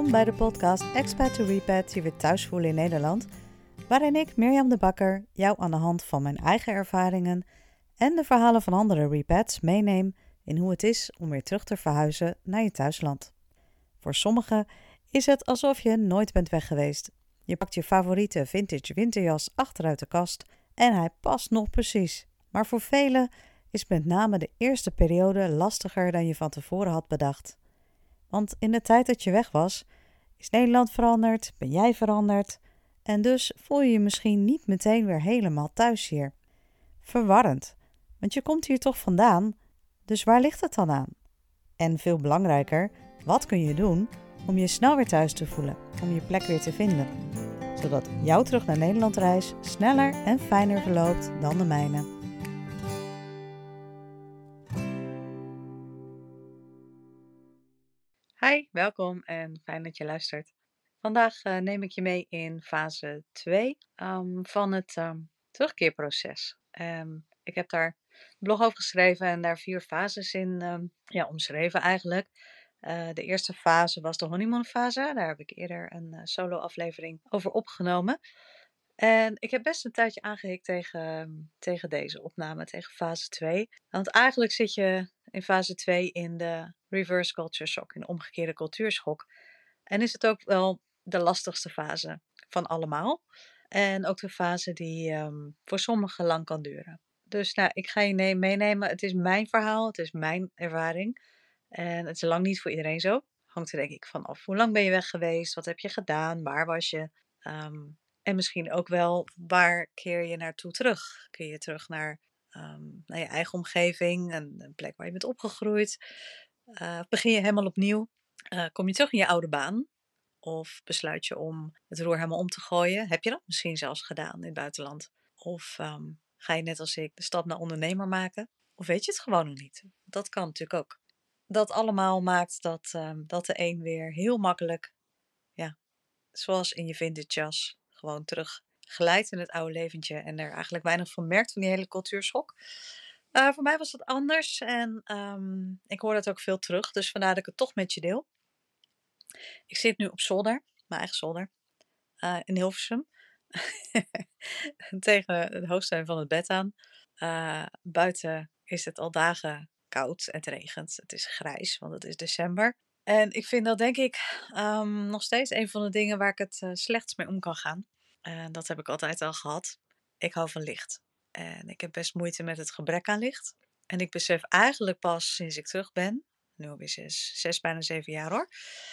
Welkom bij de podcast Expat to Repat je weer thuis voelen in Nederland, waarin ik, Mirjam de Bakker, jou aan de hand van mijn eigen ervaringen en de verhalen van andere repats meeneem in hoe het is om weer terug te verhuizen naar je thuisland. Voor sommigen is het alsof je nooit bent weg geweest. Je pakt je favoriete vintage winterjas achteruit de kast en hij past nog precies. Maar voor velen is met name de eerste periode lastiger dan je van tevoren had bedacht. Want in de tijd dat je weg was, is Nederland veranderd, ben jij veranderd en dus voel je je misschien niet meteen weer helemaal thuis hier. Verwarrend, want je komt hier toch vandaan, dus waar ligt het dan aan? En veel belangrijker, wat kun je doen om je snel weer thuis te voelen, om je plek weer te vinden, zodat jouw terug naar Nederland reis sneller en fijner verloopt dan de mijne. Hi, welkom en fijn dat je luistert. Vandaag neem ik je mee in fase 2 van het terugkeerproces. Ik heb daar een blog over geschreven en daar 4 fases in omschreven eigenlijk. De eerste fase was de honeymoon fase. Daar heb ik eerder een solo aflevering over opgenomen. En ik heb best een tijdje aangehikt tegen deze opname, tegen fase 2. Want eigenlijk zit je in fase 2 in de reverse culture shock, in de omgekeerde cultuurschok. En is het ook wel de lastigste fase van allemaal. En ook de fase die voor sommigen lang kan duren. Dus ik ga je meenemen. Het is mijn verhaal, het is mijn ervaring. En het is lang niet voor iedereen zo. Hangt er denk ik van af. Hoe lang ben je weg geweest? Wat heb je gedaan? Waar was je? En misschien ook wel, waar keer je naartoe terug? Keer je terug naar je eigen omgeving, een plek waar je bent opgegroeid? Begin je helemaal opnieuw? Kom je terug in je oude baan? Of besluit je om het roer helemaal om te gooien? Heb je dat misschien zelfs gedaan in het buitenland? Of ga je net als ik de stap naar ondernemer maken? Of weet je het gewoon nog niet? Dat kan natuurlijk ook. Dat allemaal maakt dat de een weer heel makkelijk, zoals in je vintage jas, gewoon terug glijdt in het oude leventje en er eigenlijk weinig van merkt van die hele cultuurschok. Voor mij was dat anders en ik hoor dat ook veel terug, dus vandaar dat ik het toch met je deel. Ik zit nu op zolder, mijn eigen zolder, in Hilversum, tegen de hoogsteun van het bed aan. Buiten is het al dagen koud en het regent. Het is grijs, want het is december. En ik vind dat denk ik nog steeds een van de dingen waar ik het slechtst mee om kan gaan. Dat heb ik altijd al gehad. Ik hou van licht. En ik heb best moeite met het gebrek aan licht. En ik besef eigenlijk pas sinds ik terug ben, nu alweer 6, bijna 7 jaar hoor,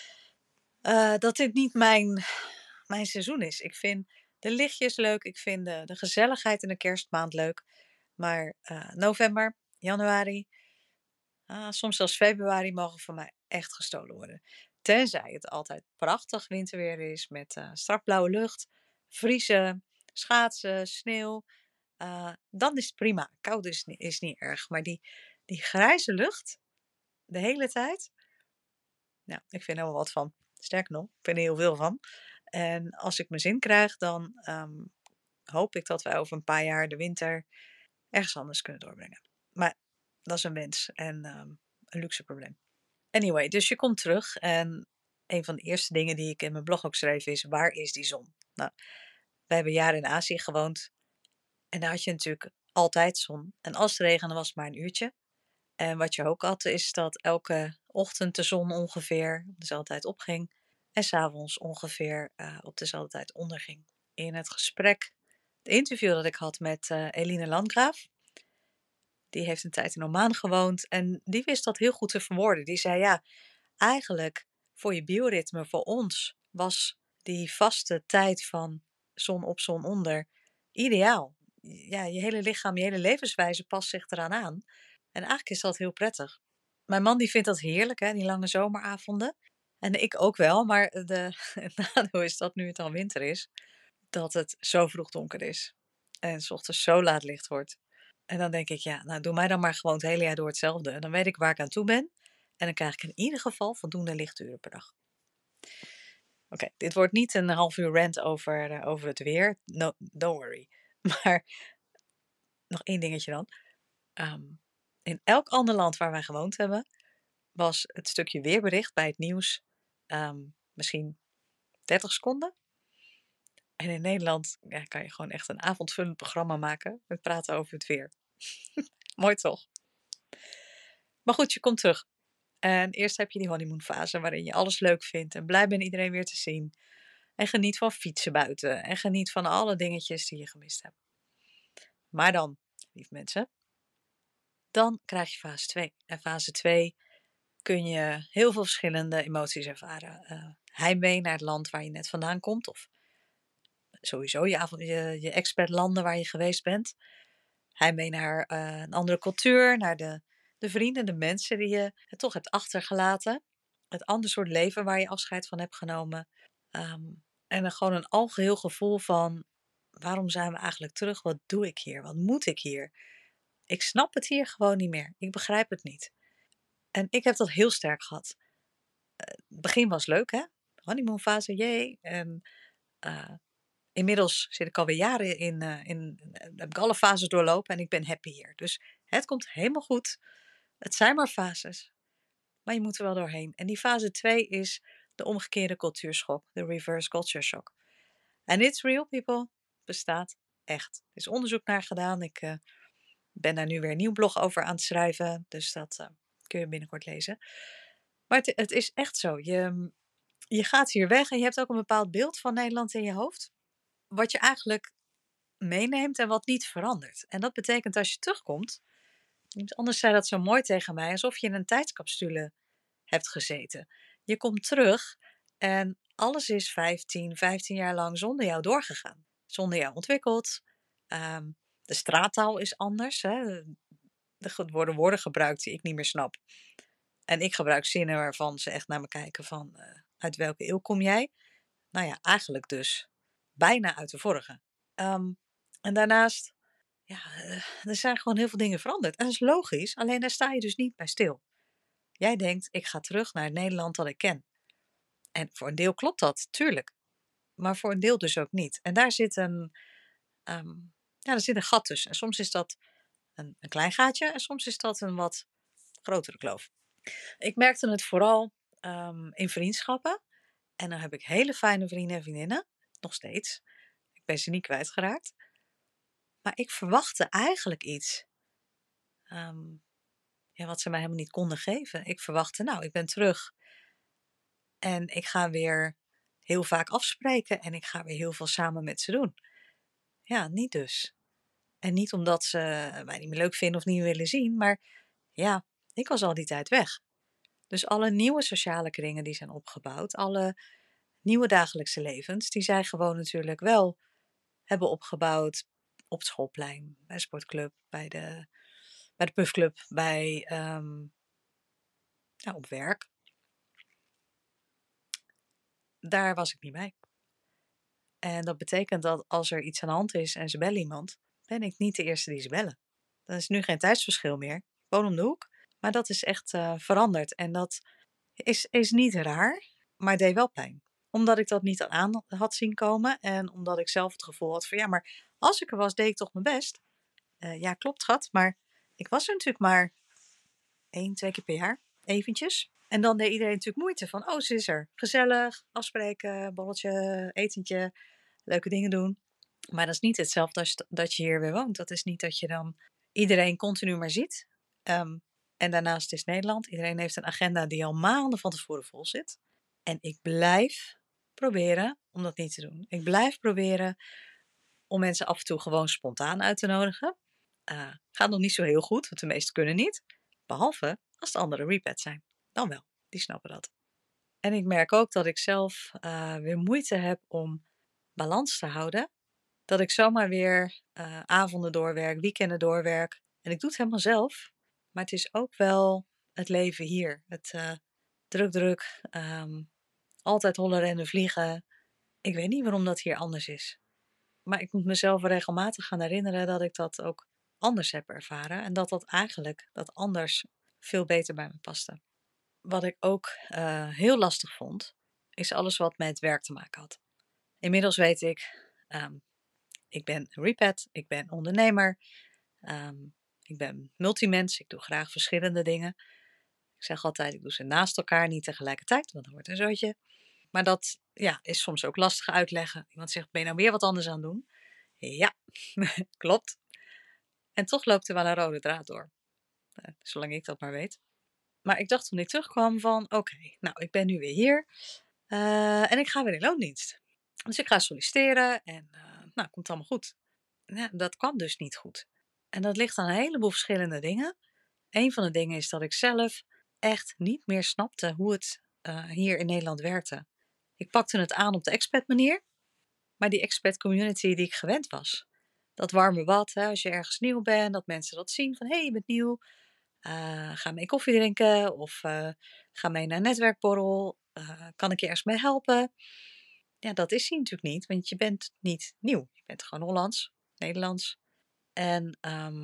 dat dit niet mijn seizoen is. Ik vind de lichtjes leuk. Ik vind de gezelligheid in de kerstmaand leuk. Maar november, januari, soms zelfs februari mogen voor mij echt gestolen worden. Tenzij het altijd prachtig winterweer is met strak blauwe lucht, vriezen, schaatsen, sneeuw. Dan is het prima. Koud is niet erg. Maar die grijze lucht, de hele tijd, nou, ik vind er wel wat van. Sterker nog, ik vind er heel veel van. En als ik mijn zin krijg, dan hoop ik dat wij over een paar jaar de winter ergens anders kunnen doorbrengen. Maar dat is een wens en een luxe probleem. Anyway, dus je komt terug en een van de eerste dingen die ik in mijn blog ook schreef is: waar is die zon? Nou, wij hebben jaren in Azië gewoond en daar had je natuurlijk altijd zon. En als het regende was het maar een uurtje. En wat je ook had is dat elke ochtend de zon ongeveer op dezelfde tijd opging en 's avonds ongeveer op dezelfde tijd onderging. In het gesprek, het interview dat ik had met Eline Landgraaf, die heeft een tijd in Oman gewoond en die wist dat heel goed te verwoorden. Die zei ja, eigenlijk voor je bioritme, voor ons, was die vaste tijd van zon op zon onder ideaal. Ja, je hele lichaam, je hele levenswijze past zich eraan aan. En eigenlijk is dat heel prettig. Mijn man die vindt dat heerlijk, hè, die lange zomeravonden. En ik ook wel, maar het nadeel is dat nu het al winter is, dat het zo vroeg donker is. En 's ochtends zo laat licht wordt. En dan denk ik, ja, nou doe mij dan maar gewoon het hele jaar door hetzelfde. En dan weet ik waar ik aan toe ben. En dan krijg ik in ieder geval voldoende lichturen per dag. Oké, dit wordt niet een half uur rant over het weer. No, don't worry. Maar nog één dingetje dan. In elk ander land waar wij gewoond hebben, was het stukje weerbericht bij het nieuws misschien 30 seconden. En in Nederland kan je gewoon echt een avondvullend programma maken met praten over het weer. Mooi toch? Maar goed, je komt terug. En eerst heb je die honeymoonfase waarin je alles leuk vindt en blij bent iedereen weer te zien. En geniet van fietsen buiten en geniet van alle dingetjes die je gemist hebt. Maar dan, lieve mensen, dan krijg je fase 2. En fase 2 kun je heel veel verschillende emoties ervaren. Heimwee naar het land waar je net vandaan komt. Of sowieso je expertlanden waar je geweest bent. Heimwee naar een andere cultuur, naar de vrienden, de mensen die je toch hebt achtergelaten. Het ander soort leven waar je afscheid van hebt genomen. En dan gewoon een algeheel gevoel van, waarom zijn we eigenlijk terug? Wat doe ik hier? Wat moet ik hier? Ik snap het hier gewoon niet meer. Ik begrijp het niet. En ik heb dat heel sterk gehad. Het begin was leuk, hè? Honeymoonfase, jee. En inmiddels zit ik alweer jaren heb ik alle fases doorlopen en ik ben happy hier. Dus het komt helemaal goed. Het zijn maar fases. Maar je moet er wel doorheen. En die fase 2 is de omgekeerde cultuurschok. De reverse culture shock. En it's real, people. Bestaat echt. Er is onderzoek naar gedaan. Ik ben daar nu weer een nieuw blog over aan het schrijven. Dus dat kun je binnenkort lezen. Maar het is echt zo. Je gaat hier weg en je hebt ook een bepaald beeld van Nederland in je hoofd. Wat je eigenlijk meeneemt en wat niet verandert. En dat betekent als je terugkomt. Iemand anders zei dat zo mooi tegen mij. Alsof je in een tijdscapsule hebt gezeten. Je komt terug en alles is 15 jaar lang zonder jou doorgegaan. Zonder jou ontwikkeld. De straattaal is anders. Hè? Er worden woorden gebruikt die ik niet meer snap. En ik gebruik zinnen waarvan ze echt naar me kijken van, uit welke eeuw kom jij? Nou ja, eigenlijk dus bijna uit de vorige. En daarnaast, er zijn gewoon heel veel dingen veranderd. En dat is logisch, alleen daar sta je dus niet bij stil. Jij denkt, ik ga terug naar het Nederland dat ik ken. En voor een deel klopt dat, tuurlijk. Maar voor een deel dus ook niet. En daar zit daar zit een gat tussen. En soms is dat een klein gaatje en soms is dat een wat grotere kloof. Ik merkte het vooral in vriendschappen. En dan heb ik hele fijne vrienden en vriendinnen. Nog steeds. Ik ben ze niet kwijtgeraakt. Maar ik verwachtte eigenlijk iets. Wat ze mij helemaal niet konden geven. Ik verwachtte, nou, ik ben terug. En ik ga weer heel vaak afspreken. En ik ga weer heel veel samen met ze doen. Ja, niet dus. En niet omdat ze mij niet meer leuk vinden of niet meer willen zien. Maar ja, ik was al die tijd weg. Dus alle nieuwe sociale kringen die zijn opgebouwd. Alle nieuwe dagelijkse levens. Die zij gewoon natuurlijk wel hebben opgebouwd. Op het schoolplein, bij de sportclub, bij de puffclub, op werk. Daar was ik niet bij. En dat betekent dat als er iets aan de hand is en ze bellen iemand, ben ik niet de eerste die ze bellen. Dan is nu geen tijdsverschil meer. Ik woon om de hoek. Maar dat is echt veranderd. En dat is niet raar, maar deed wel pijn. Omdat ik dat niet aan had zien komen. En omdat ik zelf het gevoel had van ja, maar als ik er was, deed ik toch mijn best. Ja, klopt, schat. Maar ik was er natuurlijk maar 1, 2 keer per jaar. Eventjes. En dan deed iedereen natuurlijk moeite van, oh, ze is er. Gezellig, afspreken, borreltje, etentje, leuke dingen doen. Maar dat is niet hetzelfde als dat je hier weer woont. Dat is niet dat je dan iedereen continu maar ziet. En daarnaast is Nederland. Iedereen heeft een agenda die al maanden van tevoren vol zit. En ik blijf proberen om dat niet te doen. Ik blijf proberen om mensen af en toe gewoon spontaan uit te nodigen. Gaat nog niet zo heel goed, want de meesten kunnen niet. Behalve als de anderen repeat zijn. Dan wel, die snappen dat. En ik merk ook dat ik zelf weer moeite heb om balans te houden. Dat ik zomaar weer avonden doorwerk, weekenden doorwerk. En ik doe het helemaal zelf. Maar het is ook wel het leven hier. Het druk. Altijd hollen en vliegen. Ik weet niet waarom dat hier anders is. Maar ik moet mezelf regelmatig gaan herinneren dat ik dat ook anders heb ervaren. En dat eigenlijk, dat anders veel beter bij me paste. Wat ik ook heel lastig vond, is alles wat met werk te maken had. Inmiddels weet ik ben repat, ik ben ondernemer, ik ben multimens, ik doe graag verschillende dingen. Ik zeg altijd, ik doe ze naast elkaar, niet tegelijkertijd, want dan wordt een zootje. Maar dat is soms ook lastig uitleggen. Iemand zegt, ben je nou weer wat anders aan het doen? Ja, klopt. En toch loopt er wel een rode draad door. Zolang ik dat maar weet. Maar ik dacht toen ik terugkwam van, oké, nou, ik ben nu weer hier. En ik ga weer in loondienst. Dus ik ga solliciteren en nou, komt allemaal goed. Ja, dat kwam dus niet goed. En dat ligt aan een heleboel verschillende dingen. Een van de dingen is dat ik zelf echt niet meer snapte hoe het hier in Nederland werkte. Ik pakte het aan op de expat manier, maar die expat community die ik gewend was. Dat warme bad, hè, als je ergens nieuw bent, dat mensen dat zien van hé, je bent nieuw. Ga mee koffie drinken of ga mee naar een netwerkborrel. Kan ik je ergens mee helpen? Ja, dat is hij natuurlijk niet, want je bent niet nieuw. Je bent gewoon Hollands, Nederlands. En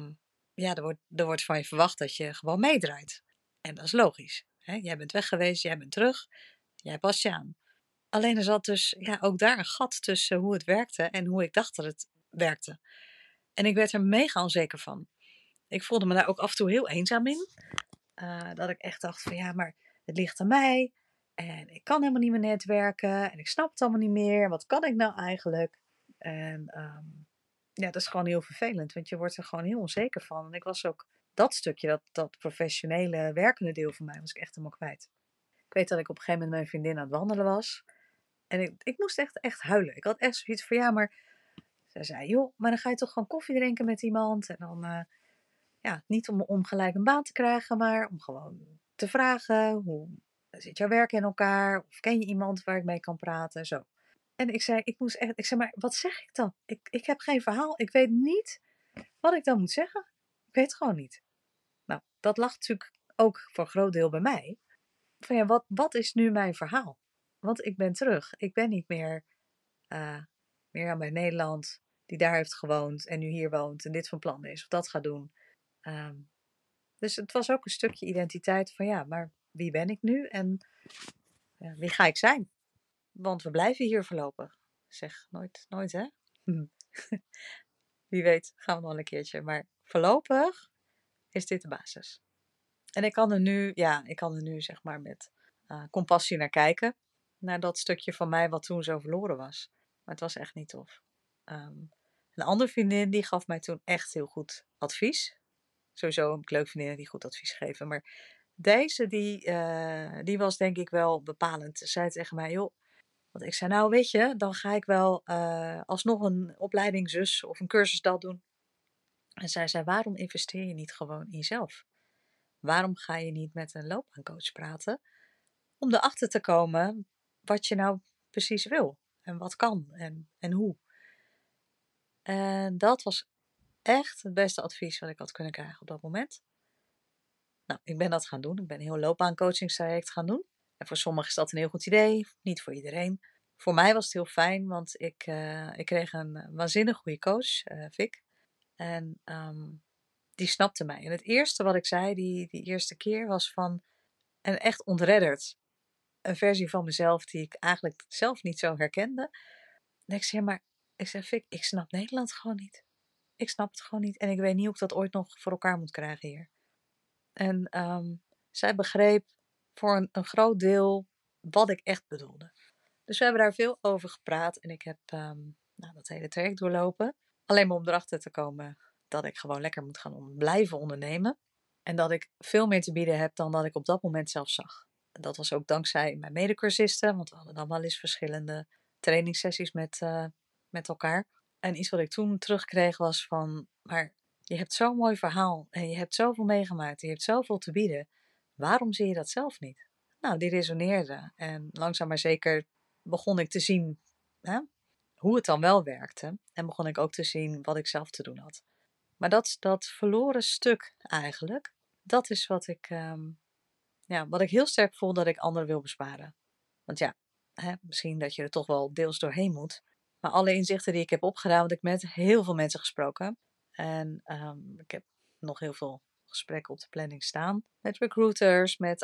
er wordt van je verwacht dat je gewoon meedraait. En dat is logisch. Hè? Jij bent weg geweest, jij bent terug, jij past je aan. Alleen er zat dus ook daar een gat tussen hoe het werkte en hoe ik dacht dat het werkte. En ik werd er mega onzeker van. Ik voelde me daar ook af en toe heel eenzaam in. Dat ik echt dacht van ja, maar het ligt aan mij. En ik kan helemaal niet meer netwerken. En ik snap het allemaal niet meer. Wat kan ik nou eigenlijk? En dat is gewoon heel vervelend. Want je wordt er gewoon heel onzeker van. En ik was ook dat stukje, dat professionele werkende deel van mij, was ik echt helemaal kwijt. Ik weet dat ik op een gegeven moment met mijn vriendin aan het wandelen was. En ik moest echt huilen. Ik had echt zoiets van ja, maar zij zei, joh, maar dan ga je toch gewoon koffie drinken met iemand. En dan niet om gelijk een baan te krijgen, maar om gewoon te vragen, hoe zit jouw werk in elkaar? Of ken je iemand waar ik mee kan praten? Zo. En ik zei, maar wat zeg ik dan? Ik heb geen verhaal. Ik weet niet wat ik dan moet zeggen. Ik weet het gewoon niet. Nou, dat lag natuurlijk ook voor een groot deel bij mij. Van ja, wat is nu mijn verhaal? Want ik ben terug. Ik ben niet meer Mirjam uit Nederland, die daar heeft gewoond en nu hier woont en dit van plan is of dat gaat doen. Ehm, dus het was ook een stukje identiteit van ja, maar wie ben ik nu en wie ga ik zijn? Want we blijven hier voorlopig. Zeg, nooit hè? Wie weet gaan we nog een keertje. Maar voorlopig is dit de basis. En ik kan er nu zeg maar met compassie naar kijken. Naar dat stukje van mij wat toen zo verloren was. Maar het was echt niet tof. Een andere vriendin die gaf mij toen echt heel goed advies. Sowieso heb ik leuke vriendinnen die goed advies geven. Maar deze die was denk ik wel bepalend. Ze zei tegen mij, joh. Want ik zei, nou weet je, dan ga ik wel alsnog een opleiding zus of een cursus dat doen. En zij zei, waarom investeer je niet gewoon in jezelf? Waarom ga je niet met een loopbaancoach praten? Om erachter te komen wat je nou precies wil. En wat kan en hoe. En dat was echt het beste advies wat ik had kunnen krijgen op dat moment. Nou, ik ben dat gaan doen. Ik ben een heel loopbaancoachingstraject gaan doen. En voor sommigen is dat een heel goed idee, niet voor iedereen. Voor mij was het heel fijn, want ik kreeg een waanzinnig goede coach, Vic. En die snapte mij. En het eerste wat ik zei die eerste keer was van, en echt ontredderd, een versie van mezelf die ik eigenlijk zelf niet zo herkende. En ik zei, maar ik zei, Vic, ik snap Nederland gewoon niet. Ik snap het gewoon niet. En ik weet niet hoe ik dat ooit nog voor elkaar moet krijgen hier. En zij begreep voor een groot deel wat ik echt bedoelde. Dus we hebben daar veel over gepraat. En ik heb dat hele traject doorlopen. Alleen maar om erachter te komen dat ik gewoon lekker moet gaan blijven ondernemen. En dat ik veel meer te bieden heb dan dat ik op dat moment zelf zag. En dat was ook dankzij mijn medecursisten. Want we hadden dan wel eens verschillende trainingssessies met elkaar. En iets wat ik toen terugkreeg was van, maar je hebt zo'n mooi verhaal en je hebt zoveel meegemaakt, je hebt zoveel te bieden. Waarom zie je dat zelf niet? Nou, die resoneerde en langzaam maar zeker begon ik te zien hoe het dan wel werkte. En begon ik ook te zien wat ik zelf te doen had. Maar dat verloren stuk eigenlijk, dat is wat ik heel sterk voel dat ik anderen wil besparen. Want ja, misschien dat je er toch wel deels doorheen moet. Maar alle inzichten die ik heb opgedaan, want ik heb met heel veel mensen gesproken. En ik heb nog heel veel gesprekken op de planning staan. Met recruiters, met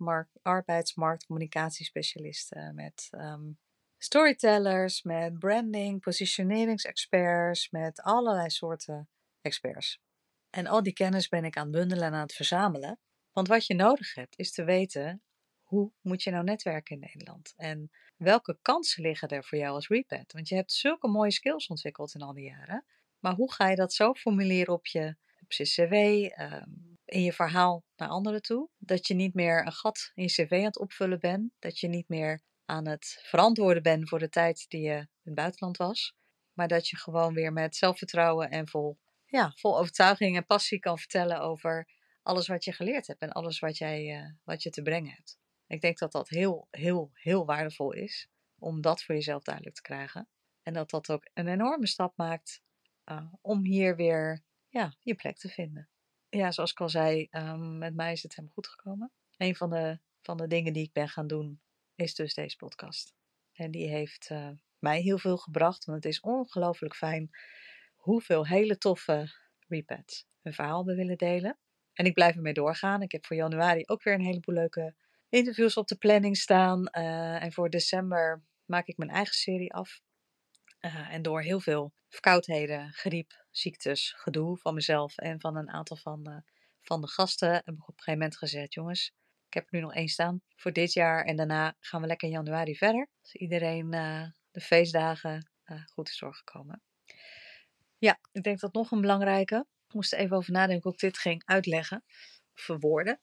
arbeidsmarktcommunicatiespecialisten, met storytellers, met branding, positioneringsexperts, met allerlei soorten experts. En al die kennis ben ik aan het bundelen en aan het verzamelen. Want wat je nodig hebt, is te weten hoe moet je nou netwerken in Nederland? En welke kansen liggen er voor jou als repat? Want je hebt zulke mooie skills ontwikkeld in al die jaren. Maar hoe ga je dat zo formuleren op je cv, in je verhaal naar anderen toe? Dat je niet meer een gat in je cv aan het opvullen bent. Dat je niet meer aan het verantwoorden bent voor de tijd die je in het buitenland was. Maar dat je gewoon weer met zelfvertrouwen en vol overtuiging en passie kan vertellen over alles wat je geleerd hebt en alles wat je te brengen hebt. Ik denk dat dat heel, heel, heel waardevol is om dat voor jezelf duidelijk te krijgen. En dat dat ook een enorme stap maakt om hier weer je plek te vinden. Ja, zoals ik al zei, met mij is het helemaal goed gekomen. Een van de dingen die ik ben gaan doen is dus deze podcast. En die heeft mij heel veel gebracht, want het is ongelooflijk fijn hoeveel hele toffe repats hun verhaal hebben willen delen. En ik blijf ermee doorgaan. Ik heb voor januari ook weer een heleboel leuke interviews op de planning staan. En voor december maak ik mijn eigen serie af. En door heel veel verkoudheden, griep, ziektes, gedoe van mezelf en van een aantal van de gasten heb ik op een gegeven moment gezegd, jongens, ik heb er nu nog één staan voor dit jaar en daarna gaan we lekker in januari verder. Als iedereen de feestdagen goed is doorgekomen. Ja, ik denk dat nog een belangrijke. Ik moest er even over nadenken hoe ik dit ging uitleggen, verwoorden.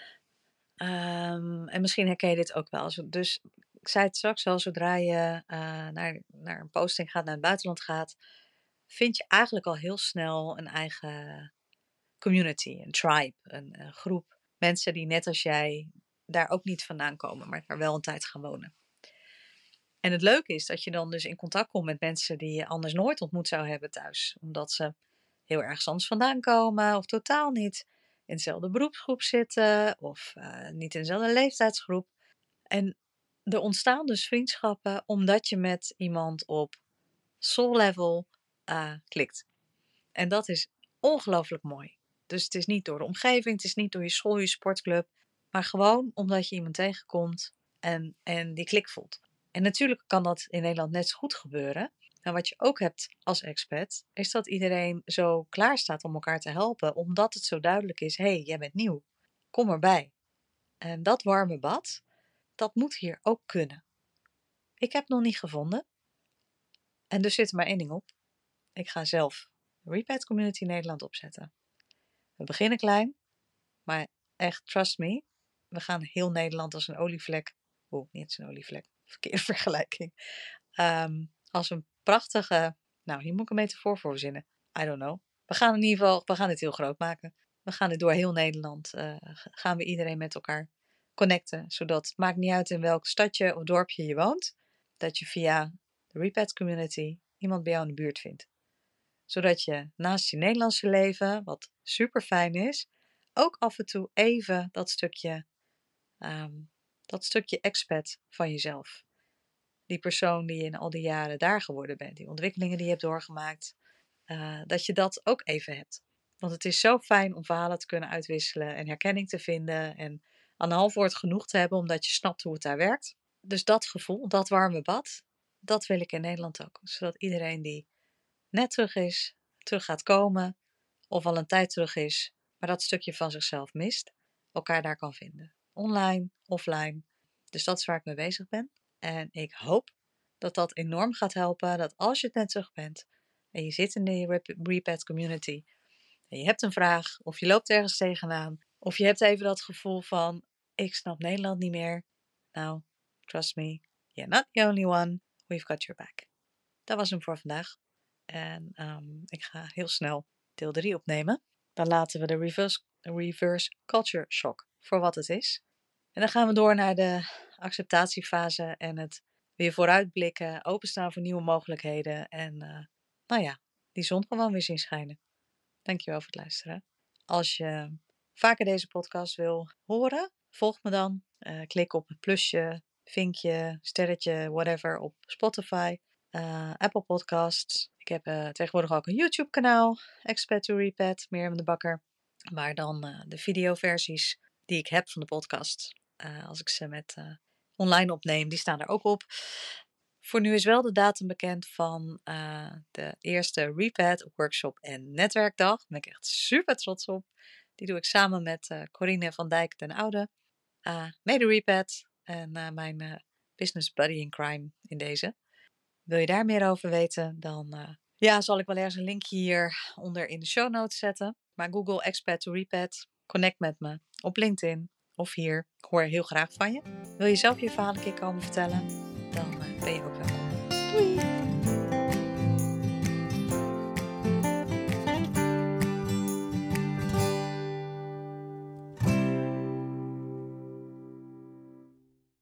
En misschien herken je dit ook wel. Dus ik zei het straks al, zodra je naar een posting gaat, naar het buitenland gaat, vind je eigenlijk al heel snel een eigen community, een tribe, een groep mensen die net als jij daar ook niet vandaan komen, maar daar wel een tijd gaan wonen. En het leuke is dat je dan dus in contact komt met mensen die je anders nooit ontmoet zou hebben thuis. Omdat ze heel erg anders vandaan komen of totaal niet in dezelfde beroepsgroep zitten of niet in dezelfde leeftijdsgroep. En er ontstaan dus vriendschappen omdat je met iemand op soul level klikt. En dat is ongelooflijk mooi. Dus het is niet door de omgeving, het is niet door je school, je sportclub, maar gewoon omdat je iemand tegenkomt en die klik voelt. En natuurlijk kan dat in Nederland net zo goed gebeuren. En wat je ook hebt als expat, is dat iedereen zo klaar staat om elkaar te helpen, omdat het zo duidelijk is, hey, jij bent nieuw, kom erbij. En dat warme bad, dat moet hier ook kunnen. Ik heb het nog niet gevonden. En dus zit er maar één ding op. Ik ga zelf de Repat Community Nederland opzetten. We beginnen klein, maar echt, trust me, we gaan heel Nederland als een olievlek. Niet als een olievlek, verkeerde vergelijking. Als een prachtige, nou hier moet ik een metafoor voor verzinnen. I don't know. We gaan in ieder geval, we gaan dit heel groot maken. We gaan dit door heel Nederland, gaan we iedereen met elkaar connecten. Zodat het maakt niet uit in welk stadje of dorpje je woont, dat je via de Repat Community iemand bij jou in de buurt vindt. Zodat je naast je Nederlandse leven, wat super fijn is, ook af en toe even dat stukje expat van jezelf. Die persoon die je in al die jaren daar geworden bent, die ontwikkelingen die je hebt doorgemaakt, dat je dat ook even hebt. Want het is zo fijn om verhalen te kunnen uitwisselen en herkenning te vinden en aan een half woord genoeg te hebben omdat je snapt hoe het daar werkt. Dus dat gevoel, dat warme bad, dat wil ik in Nederland ook. Zodat iedereen die net terug gaat komen of al een tijd terug is, maar dat stukje van zichzelf mist, elkaar daar kan vinden. Online, offline. Dus dat is waar ik mee bezig ben. En ik hoop dat dat enorm gaat helpen, dat als je het net terug bent en je zit in de Repat community en je hebt een vraag of je loopt ergens tegenaan of je hebt even dat gevoel van ik snap Nederland niet meer. Nou, trust me, you're not the only one. We've got your back. Dat was hem voor vandaag. En ik ga heel snel deel 3 opnemen. Dan laten we de reverse culture shock voor wat het is. En dan gaan we door naar de acceptatiefase en het weer vooruitblikken, openstaan voor nieuwe mogelijkheden en die zon gewoon weer zien schijnen. Dankjewel voor het luisteren. Als je vaker deze podcast wil horen, volg me dan. Klik op het plusje, vinkje, sterretje, whatever op Spotify. Apple Podcasts. Ik heb tegenwoordig ook een YouTube kanaal, Expat to Repat, Mirjam de Bakker. Waar dan de videoversies die ik heb van de podcast, als ik ze online opneem, die staan er ook op. Voor nu is wel de datum bekend van de eerste Repat workshop en netwerkdag. Daar ben ik echt super trots op. Die doe ik samen met Corine van Dijk den Oude. mede Repat en mijn business buddy in crime in deze. Wil je daar meer over weten, dan zal ik wel ergens een linkje hieronder in de show notes zetten. Maar Google Expat to Repat, connect met me op LinkedIn of hier. Ik hoor heel graag van je. Wil je zelf je verhaal een keer komen vertellen, dan ben je ook welkom. Doei!